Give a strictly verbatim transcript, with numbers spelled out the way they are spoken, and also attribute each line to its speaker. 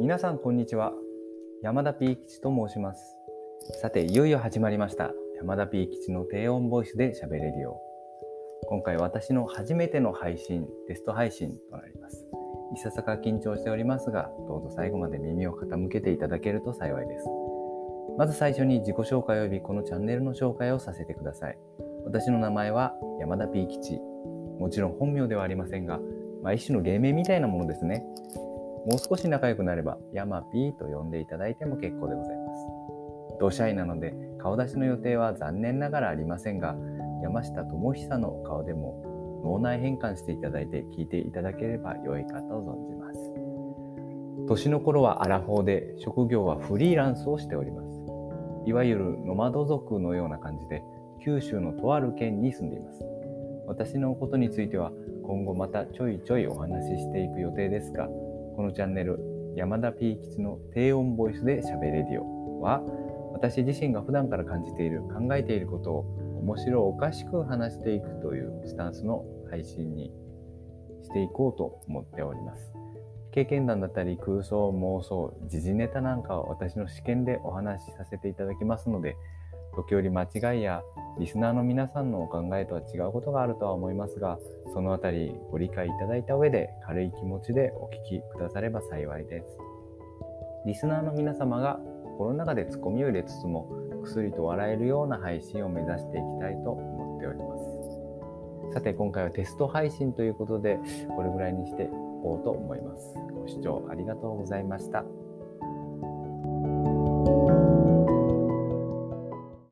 Speaker 1: 皆さんこんにちは。山田 P 吉と申します。さて、いよいよ始まりました山田 P 吉の低音ボイスで喋れるよ。今回私の初めての配信、テスト配信となります。いささか緊張しておりますが、どうぞ最後まで耳を傾けていただけると幸いです。まず最初に自己紹介及びこのチャンネルの紹介をさせてください。私の名前は山田 P 吉。もちろん本名ではありませんが、まあ、一種の芸名みたいなものですね。もう少し仲良くなれば山 P と呼んでいただいても結構でございます。同社員なので顔出しの予定は残念ながらありませんが、山下智久の顔でも脳内変換していただいて聞いていただければ良いかと存じます。年の頃はアラフォーで、職業はフリーランスをしております。いわゆるノマド族のような感じで、九州のとある県に住んでいます。私のことについては今後またちょいちょいお話ししていく予定ですが、このチャンネル山田 P 吉の低音ボイスで喋れるよは、私自身が普段から感じている、考えていることを面白おかしく話していくというスタンスの配信にしていこうと思っております。経験談だったり空想、妄想、時事ネタなんかは私の試験でお話しさせていただきますので、時折間違いやリスナーの皆さんのお考えとは違うことがあるとは思いますが、そのあたりご理解いただいた上で軽い気持ちでお聞きくだされば幸いです。リスナーの皆様が心の中でツッコミを入れつつも薬と笑えるような配信を目指していきたいと思っております。さて、今回はテスト配信ということでこれぐらいにしていこうと思います。ご視聴ありがとうございました。